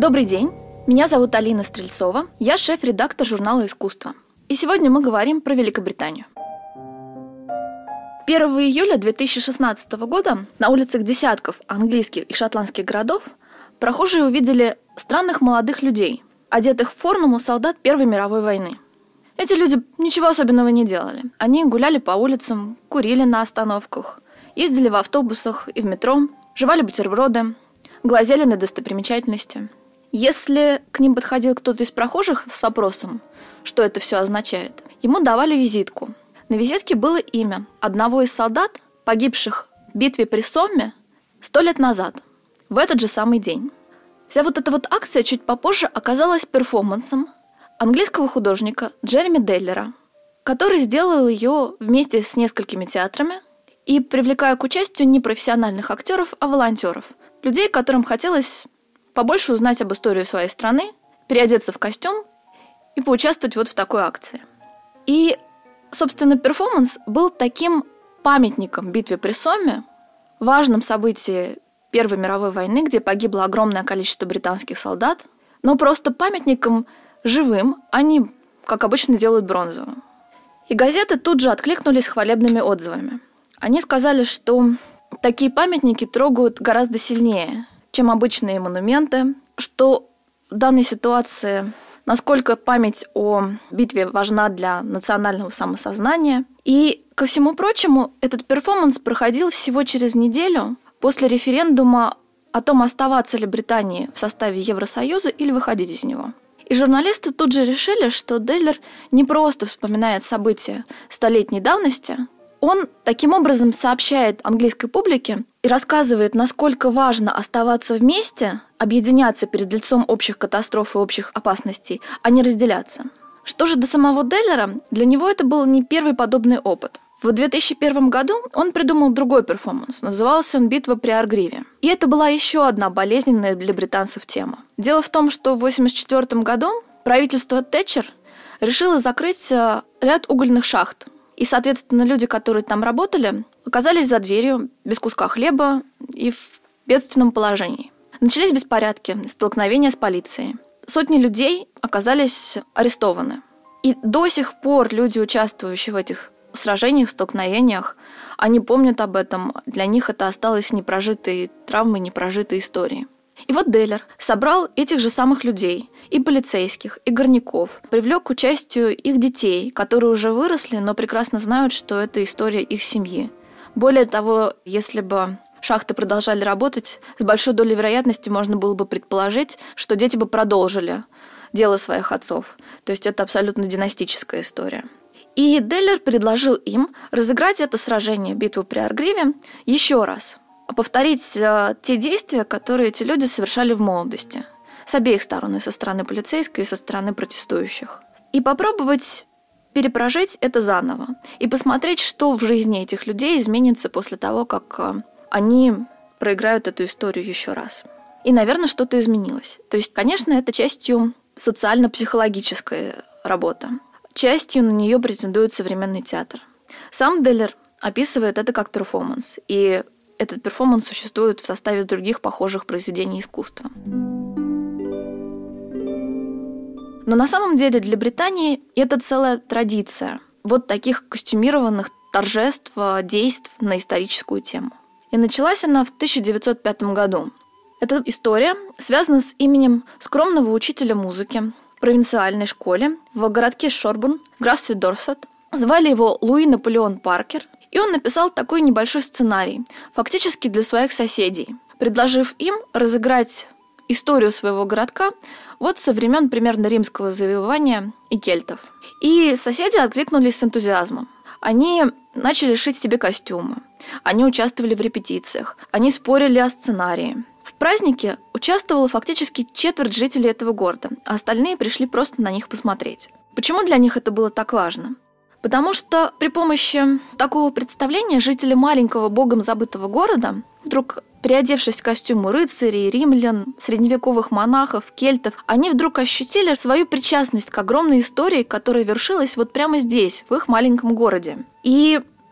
Добрый день, меня зовут Алина Стрельцова, я шеф-редактор журнала «Искусство». И сегодня мы говорим про Великобританию. 1 июля 2016 года на улицах десятков английских и шотландских городов прохожие увидели странных молодых людей, одетых в форму солдат Первой мировой войны. Эти люди ничего особенного не делали. Они гуляли по улицам, курили на остановках, ездили в автобусах и в метро, жевали бутерброды, глазели на достопримечательности. Если к ним подходил кто-то из прохожих с вопросом, что это все означает, ему давали визитку. На визитке было имя одного из солдат, погибших в битве при Сомме 100 лет назад, в этот же самый день. Вся вот эта вот акция чуть попозже оказалась перформансом английского художника Джереми Деллера, который сделал ее вместе с несколькими театрами и привлекая к участию не профессиональных актеров, а волонтеров, людей, которым хотелось побольше узнать об истории своей страны, переодеться в костюм и поучаствовать вот в такой акции. И, собственно, перформанс был таким памятником битве при Сомме, важном событии Первой мировой войны, где погибло огромное количество британских солдат, но просто памятником живым, они, как обычно, делают бронзовым. И газеты тут же откликнулись хвалебными отзывами. Они сказали, что такие памятники трогают гораздо сильнее, чем обычные монументы, что в данной ситуации насколько память о битве важна для национального самосознания. И, ко всему прочему, этот перформанс проходил всего через неделю после референдума о том, оставаться ли Британии в составе Евросоюза или выходить из него. И журналисты тут же решили, что Деллер не просто вспоминает события столетней давности, он таким образом сообщает английской публике и рассказывает, насколько важно оставаться вместе, объединяться перед лицом общих катастроф и общих опасностей, а не разделяться. Что же до самого Деллера, для него это был не первый подобный опыт. В 2001 году он придумал другой перформанс. Назывался он «Битва при Аргриве». И это была еще одна болезненная для британцев тема. Дело в том, что в 1984 году правительство Тэтчер решило закрыть ряд угольных шахт. И, соответственно, люди, которые там работали, оказались за дверью, без куска хлеба и в бедственном положении. Начались беспорядки, столкновения с полицией. Сотни людей оказались арестованы. И до сих пор люди, участвующие в этих сражениях, столкновениях, они помнят об этом. Для них это осталось непрожитой травмой, непрожитой историей. И вот Деллер собрал этих же самых людей, и полицейских, и горняков, привлек к участию их детей, которые уже выросли, но прекрасно знают, что это история их семьи. Более того, если бы шахты продолжали работать, с большой долей вероятности можно было бы предположить, что дети бы продолжили дело своих отцов. То есть это абсолютно династическая история. И Деллер предложил им разыграть это сражение, битву при Аргриве, еще раз. Повторить те действия, которые эти люди совершали в молодости. С обеих сторон, и со стороны полицейской, и со стороны протестующих. И попробовать перепрожить это заново. И посмотреть, что в жизни этих людей изменится после того, как они проиграют эту историю еще раз. И, наверное, что-то изменилось. То есть, конечно, это частью социально-психологическая работа. Частью на нее претендует современный театр. Сам Деллер описывает это как перформанс. И этот перформанс существует в составе других похожих произведений искусства. Но на самом деле для Британии это целая традиция вот таких костюмированных торжеств, действий на историческую тему. И началась она в 1905 году. Эта история связана с именем скромного учителя музыки в провинциальной школе в городке Шорбурн в графстве Дорсет. Звали его Луи Наполеон Паркер. И он написал такой небольшой сценарий, фактически для своих соседей, предложив им разыграть историю своего городка вот со времен примерно римского завоевания и кельтов. И соседи откликнулись с энтузиазмом. Они начали шить себе костюмы, они участвовали в репетициях, они спорили о сценарии. В празднике участвовала фактически четверть жителей этого города, а остальные пришли просто на них посмотреть. Почему для них это было так важно? Потому что при помощи такого представления жители маленького богом забытого города, вдруг переодевшись в костюмы рыцарей, римлян, средневековых монахов, кельтов, они вдруг ощутили свою причастность к огромной истории, которая вершилась вот прямо здесь, в их маленьком городе. И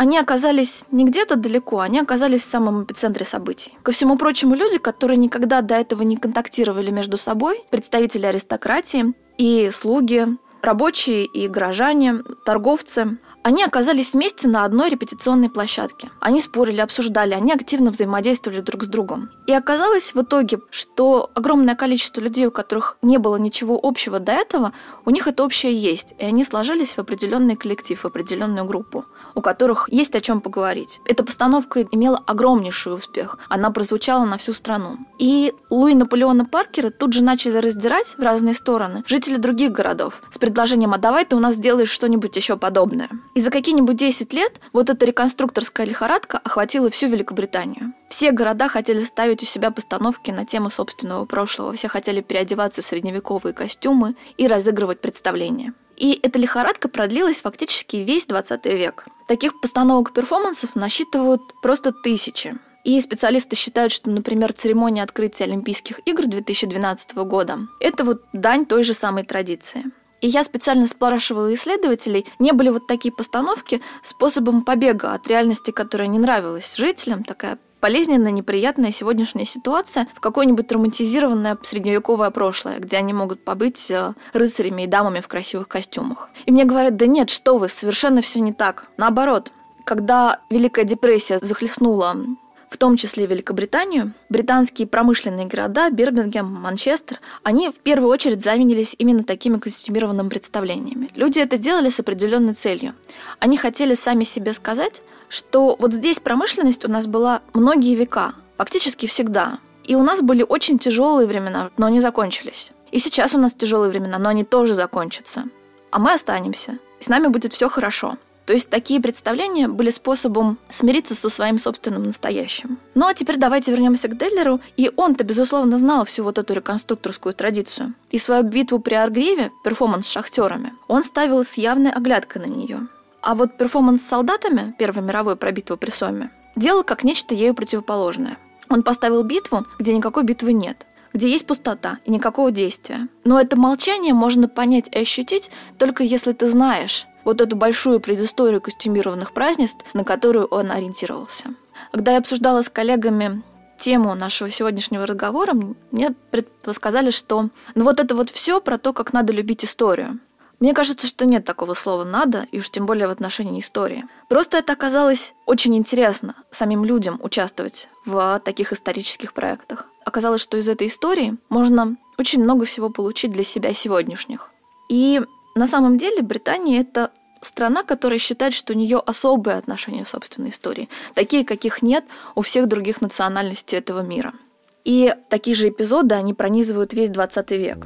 Они оказались не где-то далеко, они оказались в самом эпицентре событий. Ко всему прочему, люди, которые никогда до этого не контактировали между собой, представители аристократии и слуги, рабочие и горожане, торговцы, они оказались вместе на одной репетиционной площадке. Они спорили, обсуждали, они активно взаимодействовали друг с другом. И оказалось в итоге, что огромное количество людей, у которых не было ничего общего до этого, у них это общее есть. И они сложились в определенный коллектив, в определенную группу, у которых есть о чем поговорить. Эта постановка имела огромнейший успех. Она прозвучала на всю страну. И Луи Наполеона Паркера тут же начали раздирать в разные стороны жители других городов с предложением: а давай ты у нас сделаешь что-нибудь еще подобное. И за какие-нибудь 10 лет вот эта реконструкторская лихорадка охватила всю Великобританию. Все города хотели ставить у себя постановки на тему собственного прошлого. Все хотели переодеваться в средневековые костюмы и разыгрывать представления. И эта лихорадка продлилась фактически весь 20 век. Таких постановок-перформансов насчитывают просто тысячи. И специалисты считают, что, например, церемония открытия Олимпийских игр 2012 года – это вот дань той же самой традиции. И я специально спрашивала исследователей, не были вот такие постановки способом побега от реальности, которая не нравилась жителям, такая болезненная, неприятная сегодняшняя ситуация в какое-нибудь романтизированное средневековое прошлое, где они могут побыть рыцарями и дамами в красивых костюмах. И мне говорят: да нет, что вы, совершенно все не так. Наоборот, когда Великая депрессия захлестнула в том числе Великобританию, британские промышленные города Бирмингем, Манчестер, они в первую очередь занялись именно такими костюмированными представлениями. Люди это делали с определенной целью. Они хотели сами себе сказать, что вот здесь промышленность у нас была многие века, фактически всегда. И у нас были очень тяжелые времена, но они закончились. И сейчас у нас тяжелые времена, но они тоже закончатся. А мы останемся, и с нами будет все хорошо. То есть такие представления были способом смириться со своим собственным настоящим. Ну а теперь давайте вернемся к Деллеру. И он-то, безусловно, знал всю вот эту реконструкторскую традицию. И свою битву при Аргриве, перформанс с шахтерами, он ставил с явной оглядкой на нее. А вот перформанс с солдатами, Первой мировой про битву при Соmme, делал как нечто ею противоположное. Он поставил битву, где никакой битвы нет, где есть пустота и никакого действия. Но это молчание можно понять и ощутить только если ты знаешь вот эту большую предысторию костюмированных празднеств, на которую он ориентировался. Когда я обсуждала с коллегами тему нашего сегодняшнего разговора, мне сказали, что вот это вот все про то, как надо любить историю. Мне кажется, что нет такого слова «надо», и уж тем более в отношении истории. Просто это оказалось очень интересно самим людям участвовать в таких исторических проектах. Оказалось, что из этой истории можно очень много всего получить для себя сегодняшних. И на самом деле Британия – это страна, которая считает, что у нее особые отношения к собственной истории, такие, каких нет у всех других национальностей этого мира. И такие же эпизоды, они пронизывают весь 20 век.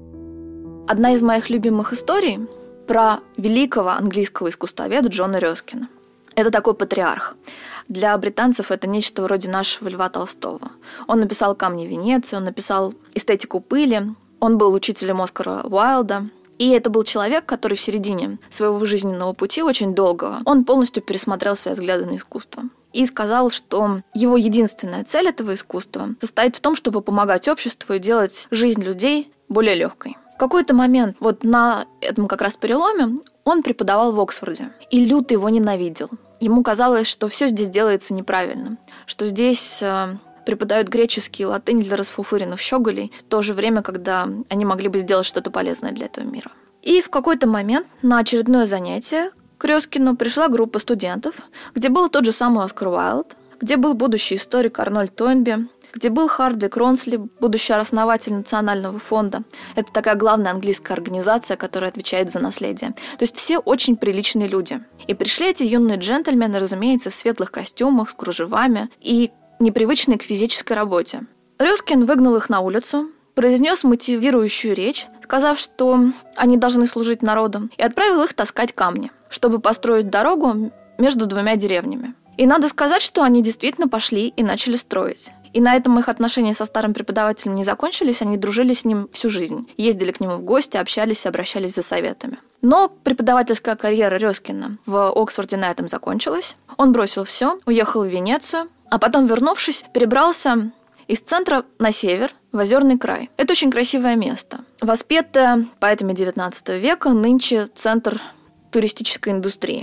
Одна из моих любимых историй про великого английского искусствоведа Джона Рёскина. Это такой патриарх. Для британцев это нечто вроде нашего Льва Толстого. Он написал «Камни Венеции», он написал «Эстетику пыли», он был учителем Оскара Уайлда. И это был человек, который в середине своего жизненного пути, очень долгого, он полностью пересмотрел свои взгляды на искусство. И сказал, что его единственная цель этого искусства состоит в том, чтобы помогать обществу и делать жизнь людей более легкой. В какой-то момент, вот на этом как раз переломе, он преподавал в Оксфорде. И люто его ненавидел. Ему казалось, что все здесь делается неправильно, что здесь преподают греческий и латынь для расфуфыренных щеголей в то же время, когда они могли бы сделать что-то полезное для этого мира. И в какой-то момент на очередное занятие к Рёскину пришла группа студентов, где был тот же самый Оскар Уайлд, где был будущий историк Арнольд Тойнби, где был Хардвик Ронсли, будущий основатель Национального фонда. Это такая главная английская организация, которая отвечает за наследие. То есть все очень приличные люди. И пришли эти юные джентльмены, разумеется, в светлых костюмах, с кружевами и непривычные к физической работе. Рёскин выгнал их на улицу, произнес мотивирующую речь, сказав, что они должны служить народу, и отправил их таскать камни, чтобы построить дорогу между двумя деревнями. И надо сказать, что они действительно пошли и начали строить. И на этом их отношения со старым преподавателем не закончились, они дружили с ним всю жизнь. Ездили к нему в гости, общались, обращались за советами. Но преподавательская карьера Рёскина в Оксфорде на этом закончилась. Он бросил все, уехал в Венецию, а потом, вернувшись, перебрался из центра на север, в Озерный край. Это очень красивое место. Воспетое поэтами XIX века, нынче центр туристической индустрии.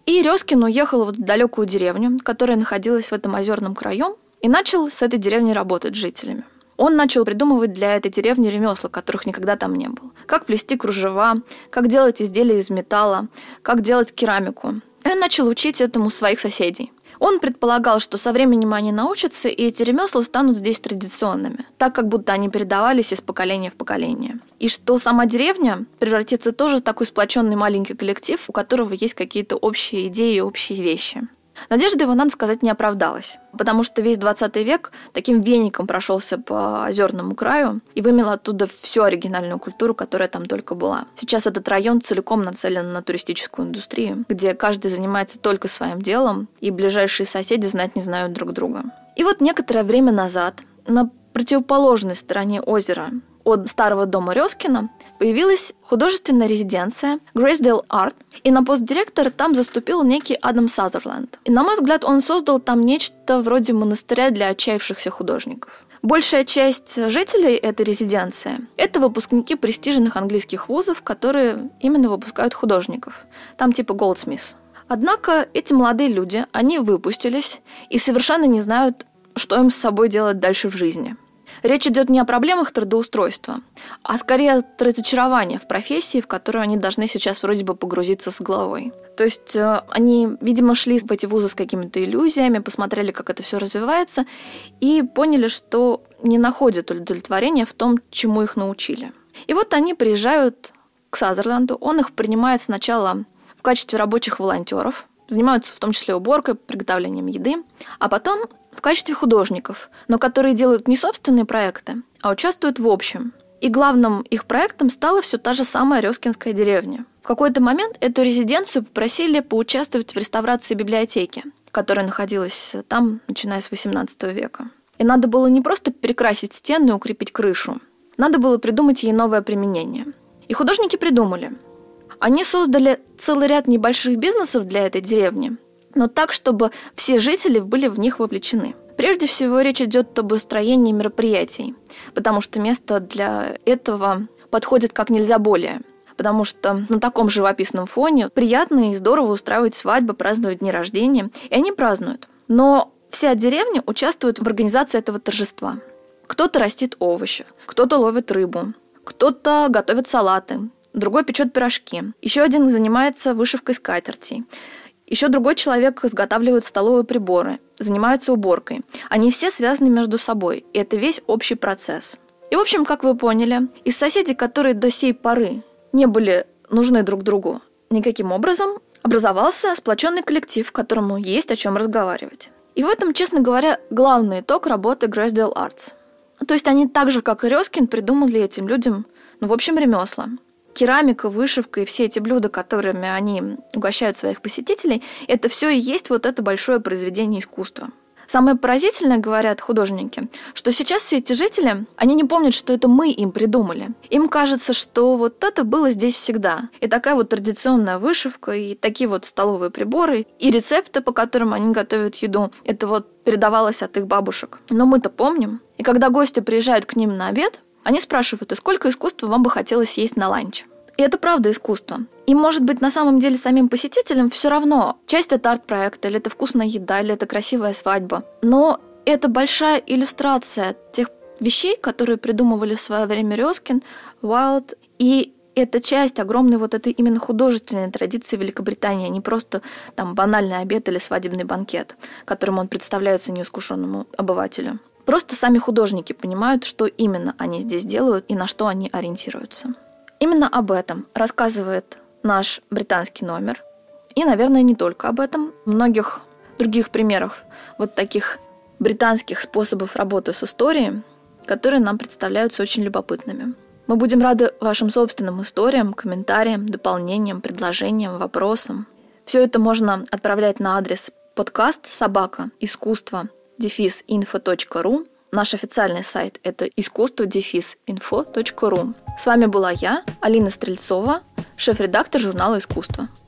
И Резкин уехал в далекую деревню, которая находилась в этом озерном краю, и начал с этой деревни работать с жителями. Он начал придумывать для этой деревни ремесла, которых никогда там не было. Как плести кружева, как делать изделия из металла, как делать керамику. И он начал учить этому своих соседей. Он предполагал, что со временем они научатся, и эти ремесла станут здесь традиционными, так как будто они передавались из поколения в поколение. И что сама деревня превратится тоже в такой сплоченный маленький коллектив, у которого есть какие-то общие идеи и общие вещи. Надежда его, надо сказать, не оправдалась, потому что весь 20 век таким веником прошелся по озерному краю и вымел оттуда всю оригинальную культуру, которая там только была. Сейчас этот район целиком нацелен на туристическую индустрию, где каждый занимается только своим делом, и ближайшие соседи знать не знают друг друга. И вот некоторое время назад на противоположной стороне озера от старого дома Резкина появилась художественная резиденция Graysdale Art, и на пост директора там заступил некий Адам Сазерленд. И, на мой взгляд, он создал там нечто вроде монастыря для отчаявшихся художников. Большая часть жителей этой резиденции – это выпускники престижных английских вузов, которые именно выпускают художников. Там типа Goldsmiths. Однако эти молодые люди, они выпустились и совершенно не знают, что им с собой делать дальше в жизни. Речь идет не о проблемах трудоустройства, а скорее о разочаровании в профессии, в которую они должны сейчас вроде бы погрузиться с головой. То есть они, видимо, шли в эти вузы с какими-то иллюзиями, посмотрели, как это все развивается, и поняли, что не находят удовлетворения в том, чему их научили. И вот они приезжают к Сазерленду, он их принимает сначала в качестве рабочих волонтеров, занимаются в том числе уборкой, приготовлением еды, а потом в качестве художников, но которые делают не собственные проекты, а участвуют в общем. И главным их проектом стала все та же самая Резкинская деревня. В какой-то момент эту резиденцию попросили поучаствовать в реставрации библиотеки, которая находилась там, начиная с XVIII века. И надо было не просто перекрасить стены и укрепить крышу, надо было придумать ей новое применение. И художники придумали. Они создали целый ряд небольших бизнесов для этой деревни, но так, чтобы все жители были в них вовлечены. Прежде всего, речь идет об устроении мероприятий, потому что место для этого подходит как нельзя более. Потому что на таком живописном фоне приятно и здорово устраивать свадьбы, праздновать дни рождения, и они празднуют. Но вся деревня участвует в организации этого торжества. Кто-то растит овощи, кто-то ловит рыбу, кто-то готовит салаты, другой печет пирожки, еще один занимается вышивкой скатертей. Еще другой человек изготавливает столовые приборы, занимается уборкой. Они все связаны между собой, и это весь общий процесс. И, в общем, как вы поняли, из соседей, которые до сей поры не были нужны друг другу никаким образом, образовался сплоченный коллектив, которому есть о чем разговаривать. И в этом, честно говоря, главный итог работы Graysdale Arts. То есть они так же, как и Резкин, придумали этим людям, в общем, ремесла. Керамика, вышивка и все эти блюда, которыми они угощают своих посетителей, это все и есть вот это большое произведение искусства. Самое поразительное, говорят художники, что сейчас все эти жители, они не помнят, что это мы им придумали. Им кажется, что вот это было здесь всегда. И такая вот традиционная вышивка, и такие вот столовые приборы, и рецепты, по которым они готовят еду, это вот передавалось от их бабушек. Но мы-то помним. И когда гости приезжают к ним на обед, они спрашивают, а сколько искусства вам бы хотелось есть на ланч? И это правда искусство. И, может быть, на самом деле самим посетителям все равно, часть это арт-проект, или это вкусная еда, или это красивая свадьба. Но это большая иллюстрация тех вещей, которые придумывали в свое время Резкин, Уайлд. И это часть огромной вот этой именно художественной традиции Великобритании, а не просто там банальный обед или свадебный банкет, которым он представляется неискушенному обывателю. Просто сами художники понимают, что именно они здесь делают и на что они ориентируются. Именно об этом рассказывает наш британский номер. И, наверное, не только об этом. Многих других примеров вот таких британских способов работы с историей, которые нам представляются очень любопытными. Мы будем рады вашим собственным историям, комментариям, дополнениям, предложениям, вопросам. Все это можно отправлять на адрес podcast@искусство-info.ru. Наш официальный сайт – это искусство-info.ru. С вами была я, Алина Стрельцова, шеф-редактор журнала «Искусство».